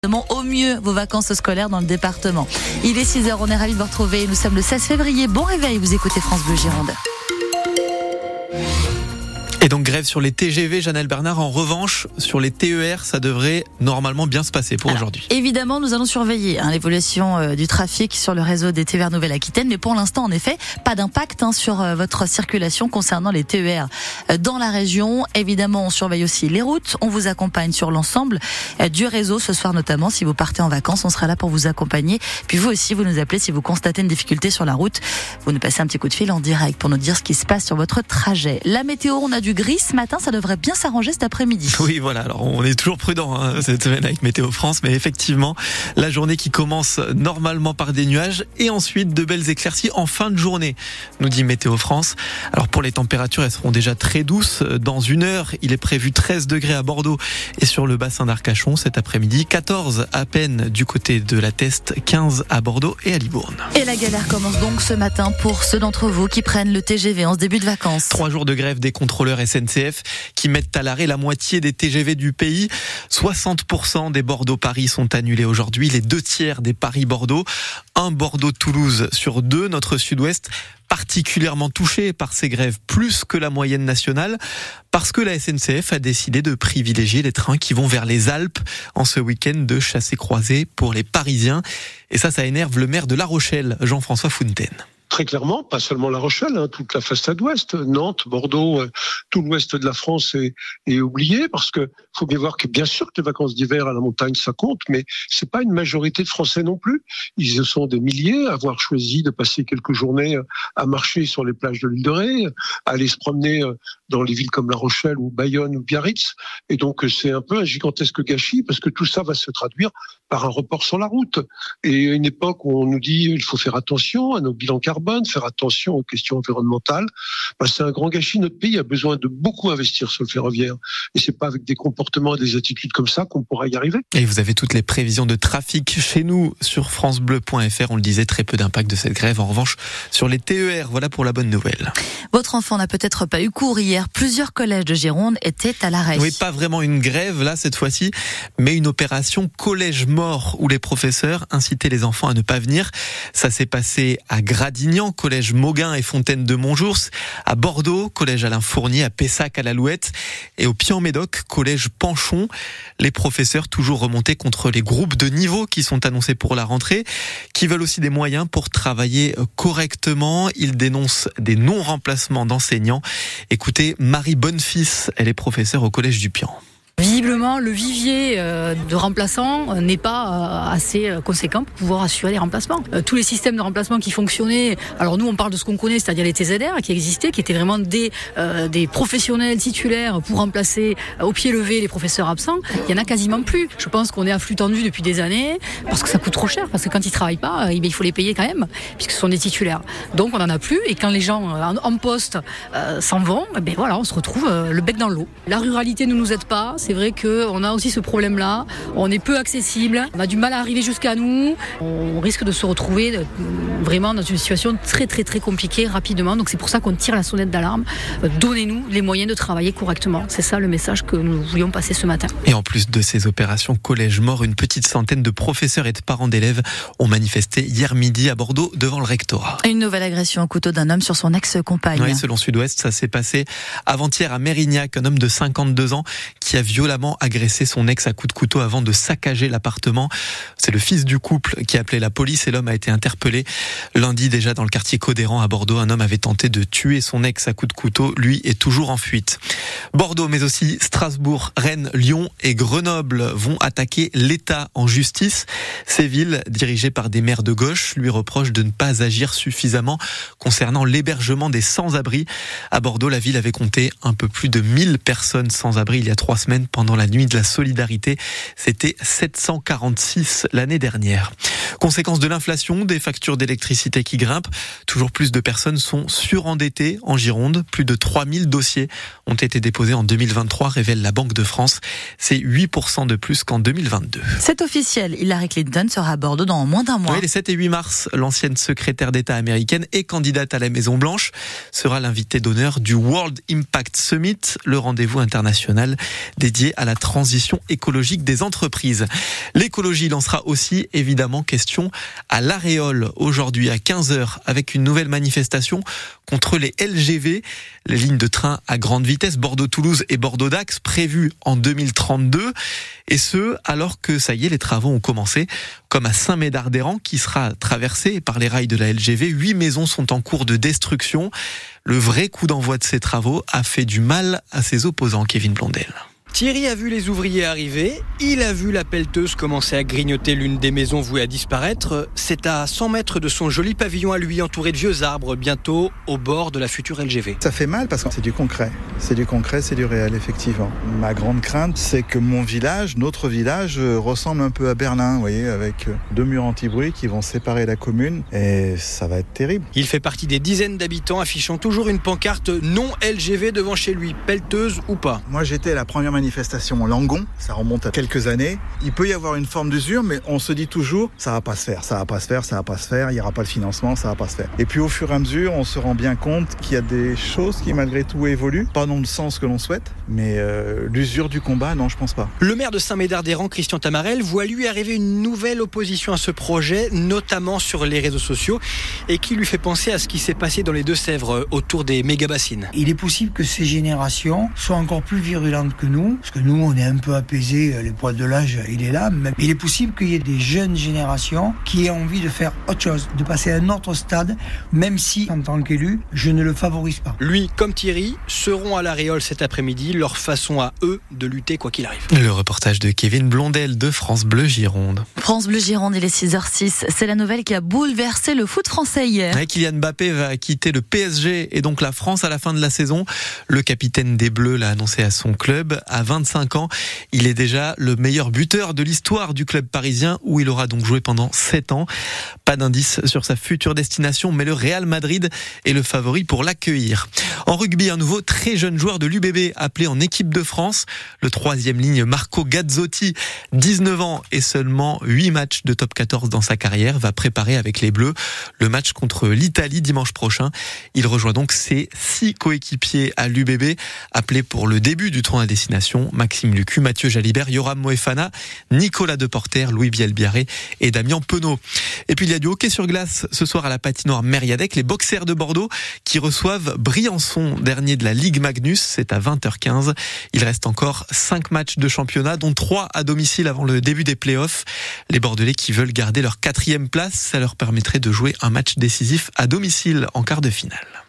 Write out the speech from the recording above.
Au mieux vos vacances scolaires dans le département. Il est 6h, on est ravis de vous retrouver. Nous sommes le 16 février. Bon réveil, vous écoutez France Bleu Gironde. Et donc grève sur les TGV, Jeannelle Bernard. En revanche, sur les TER, ça devrait normalement bien se passer pour aujourd'hui. Évidemment, nous allons surveiller l'évolution du trafic sur le réseau des TER Nouvelle-Aquitaine. Mais pour l'instant, en effet, pas d'impact sur votre circulation concernant les TER dans la région. Évidemment, on surveille aussi les routes. On vous accompagne sur l'ensemble du réseau ce soir notamment. Si vous partez en vacances, on sera là pour vous accompagner. Puis vous aussi, vous nous appelez si vous constatez une difficulté sur la route. Vous nous passez un petit coup de fil en direct pour nous dire ce qui se passe sur votre trajet. La météo, on a du gris ce matin, ça devrait bien s'arranger cet après-midi. Oui, voilà. Alors, on est toujours prudent cette semaine avec Météo France, mais effectivement, la journée qui commence normalement par des nuages et ensuite de belles éclaircies en fin de journée, nous dit Météo France. Alors, pour les températures, elles seront déjà très douces. Dans une heure, il est prévu 13 degrés à Bordeaux et sur le bassin d'Arcachon cet après-midi, 14 à peine du côté de la Teste, 15 à Bordeaux et à Libourne. Et la galère commence donc ce matin pour ceux d'entre vous qui prennent le TGV en ce début de vacances. 3 jours de grève des contrôleurs SNCF qui mettent à l'arrêt la moitié des TGV du pays. 60% des Bordeaux-Paris sont annulés aujourd'hui, les 2/3 des Paris-Bordeaux. Un Bordeaux-Toulouse sur 2, notre sud-ouest particulièrement touché par ces grèves, plus que la moyenne nationale, parce que la SNCF a décidé de privilégier les trains qui vont vers les Alpes en ce week-end de chassé-croisé pour les Parisiens. Et ça énerve le maire de La Rochelle, Jean-François Fountaine. Très clairement, pas seulement La Rochelle, toute la façade ouest, Nantes, Bordeaux, tout l'ouest de la France est oublié, parce que faut bien voir que bien sûr que les vacances d'hiver à la montagne ça compte, mais c'est pas une majorité de Français non plus. Ils sont des milliers à avoir choisi de passer quelques journées à marcher sur les plages de l'île de Ré, à aller se promener dans les villes comme La Rochelle ou Bayonne ou Biarritz, et donc c'est un peu un gigantesque gâchis parce que tout ça va se traduire par un report sur la route. Et à une époque où on nous dit il faut faire attention à nos bilans carbone, faire attention aux questions environnementales, c'est un grand gâchis. Notre pays a besoin de beaucoup investir sur le ferroviaire. Et c'est pas avec des comportements et des attitudes comme ça qu'on pourra y arriver. Et vous avez toutes les prévisions de trafic chez nous sur francebleu.fr. On le disait, très peu d'impact de cette grève. En revanche, sur les TER, voilà pour la bonne nouvelle. Votre enfant n'a peut-être pas eu cours hier. Plusieurs collèges de Gironde étaient à l'arrêt. Oui, pas vraiment une grève là cette fois-ci, mais une opération collège mort où les professeurs incitaient les enfants à ne pas venir. Ça s'est passé à Gradignan, collège Mauguin et Fontaine de Montjours, à Bordeaux, collège Alain Fournier, à Pessac à l'Alouette et au Pian-Médoc, collège Panchon. Les professeurs toujours remontés contre les groupes de niveau qui sont annoncés pour la rentrée, qui veulent aussi des moyens pour travailler correctement. Ils dénoncent des non-remplacements d'enseignants. Écoutez, Marie Bonnefils, elle est professeure au collège du Pian. Visiblement, le vivier de remplaçants n'est pas assez conséquent pour pouvoir assurer les remplacements. Tous les systèmes de remplacement qui fonctionnaient, alors nous on parle de ce qu'on connaît, c'est-à-dire les TZR qui existaient, qui étaient vraiment des professionnels titulaires pour remplacer au pied levé les professeurs absents, il y en a quasiment plus. Je pense qu'on est à flux tendu depuis des années parce que ça coûte trop cher, parce que quand ils travaillent pas, il faut les payer quand même, puisque ce sont des titulaires. Donc on en a plus, et quand les gens en poste s'en vont, voilà, on se retrouve le bec dans l'eau. La ruralité ne nous aide pas. C'est vrai qu'on a aussi ce problème-là. On est peu accessible. On a du mal à arriver jusqu'à nous. On risque de se retrouver vraiment dans une situation très très très compliquée rapidement. Donc c'est pour ça qu'on tire la sonnette d'alarme. Donnez-nous les moyens de travailler correctement. C'est ça le message que nous voulions passer ce matin. Et en plus de ces opérations collège mort, une petite centaine de professeurs et de parents d'élèves ont manifesté hier midi à Bordeaux devant le rectorat. Une nouvelle agression au couteau d'un homme sur son ex-compagne. Oui, selon Sud-Ouest, ça s'est passé avant-hier à Mérignac. Un homme de 52 ans qui a violemment agressé son ex à coups de couteau avant de saccager l'appartement. C'est le fils du couple qui a appelé la police et l'homme a été interpellé. Lundi, déjà dans le quartier Codéran à Bordeaux, un homme avait tenté de tuer son ex à coups de couteau. Lui est toujours en fuite. Bordeaux, mais aussi Strasbourg, Rennes, Lyon et Grenoble vont attaquer l'État en justice. Ces villes, dirigées par des maires de gauche, lui reprochent de ne pas agir suffisamment concernant l'hébergement des sans-abri. À Bordeaux, la ville avait compté un peu plus de 1000 personnes sans-abri il y a 3 semaines pendant la nuit de la solidarité. C'était 746 l'année dernière. Conséquence de l'inflation, des factures d'électricité qui grimpent. Toujours plus de personnes sont surendettées en Gironde. Plus de 3000 dossiers ont été déposés en 2023, révèle la Banque de France. C'est 8% de plus qu'en 2022. C'est officiel, Hillary Clinton sera à Bordeaux dans moins d'un mois. Oui, les 7 et 8 mars, l'ancienne secrétaire d'État américaine et candidate à la Maison-Blanche sera l'invitée d'honneur du World Impact Summit, le rendez-vous international dédié à la transition écologique des entreprises. L'écologie lancera aussi évidemment question à l'Aréole aujourd'hui à 15h avec une nouvelle manifestation contre les LGV, les lignes de train à grande vitesse Bordeaux-Toulouse et Bordeaux-Dax prévues en 2032. Et ce, alors que ça y est, les travaux ont commencé, comme à Saint-Médard-d'Hérens qui sera traversé par les rails de la LGV. 8 maisons sont en cours de destruction. Le vrai coup d'envoi de ces travaux a fait du mal à ses opposants, Kevin Blondel. Thierry a vu les ouvriers arriver, il a vu la pelleteuse commencer à grignoter l'une des maisons vouées à disparaître. C'est à 100 mètres de son joli pavillon à lui, entouré de vieux arbres, bientôt au bord de la future LGV. Ça fait mal parce que c'est du concret, c'est du réel effectivement. Ma grande crainte, c'est que mon village, notre village, ressemble un peu à Berlin, vous voyez, avec 2 murs anti-bruit qui vont séparer la commune et ça va être terrible. Il fait partie des dizaines d'habitants affichant toujours une pancarte non LGV devant chez lui, pelleteuse ou pas. Moi j'étais à la première manifestation en Langon, ça remonte à quelques années. Il peut y avoir une forme d'usure, mais on se dit toujours ça va pas se faire, il n'y aura pas le financement, ça va pas se faire. Et puis au fur et à mesure, on se rend bien compte qu'il y a des choses qui malgré tout évoluent, pas dans le sens que l'on souhaite, mais l'usure du combat, non, je pense pas. Le maire de Saint-Médard-d'Hérens, Christian Tamarel, voit lui arriver une nouvelle opposition à ce projet, notamment sur les réseaux sociaux, et qui lui fait penser à ce qui s'est passé dans les Deux-Sèvres autour des méga-bassines. Il est possible que ces générations soient encore plus virulentes que nous, parce que nous, on est un peu apaisés, les poids de l'âge, il est là. Mais il est possible qu'il y ait des jeunes générations qui aient envie de faire autre chose, de passer à un autre stade, même si, en tant qu'élu, je ne le favorise pas. Lui, comme Thierry, seront à l'Aréole cet après-midi, leur façon à eux de lutter quoi qu'il arrive. Le reportage de Kevin Blondel de France Bleu Gironde. France Bleu Gironde, il est 6h06. C'est la nouvelle qui a bouleversé le foot français hier. Kylian Mbappé va quitter le PSG et donc la France à la fin de la saison. Le capitaine des Bleus l'a annoncé à son club. À 25 ans, il est déjà le meilleur buteur de l'histoire du club parisien où il aura donc joué pendant 7 ans. Pas d'indice sur sa future destination, mais le Real Madrid est le favori pour l'accueillir. En rugby, un nouveau très jeune joueur de l'UBB appelé en équipe de France. Le 3e ligne Marco Gazzotti, 19 ans et seulement 8 matchs de top 14 dans sa carrière, va préparer avec les Bleus le match contre l'Italie dimanche prochain. Il rejoint donc ses 6 coéquipiers à l'UBB, appelés pour le début du tournoi à destination. Maxime Lucu, Mathieu Jalibert, Yoram Moefana, Nicolas Deporter, Louis Bielbiarré et Damien Penaud. Et puis il y a du hockey sur glace ce soir à la patinoire Mériadec, les Boxers de Bordeaux qui reçoivent Briançon, dernier de la Ligue Magnus, c'est à 20h15. Il reste encore 5 matchs de championnat, dont 3 à domicile avant le début des playoffs. Les Bordelais qui veulent garder leur 4e place, ça leur permettrait de jouer un match décisif à domicile en quart de finale.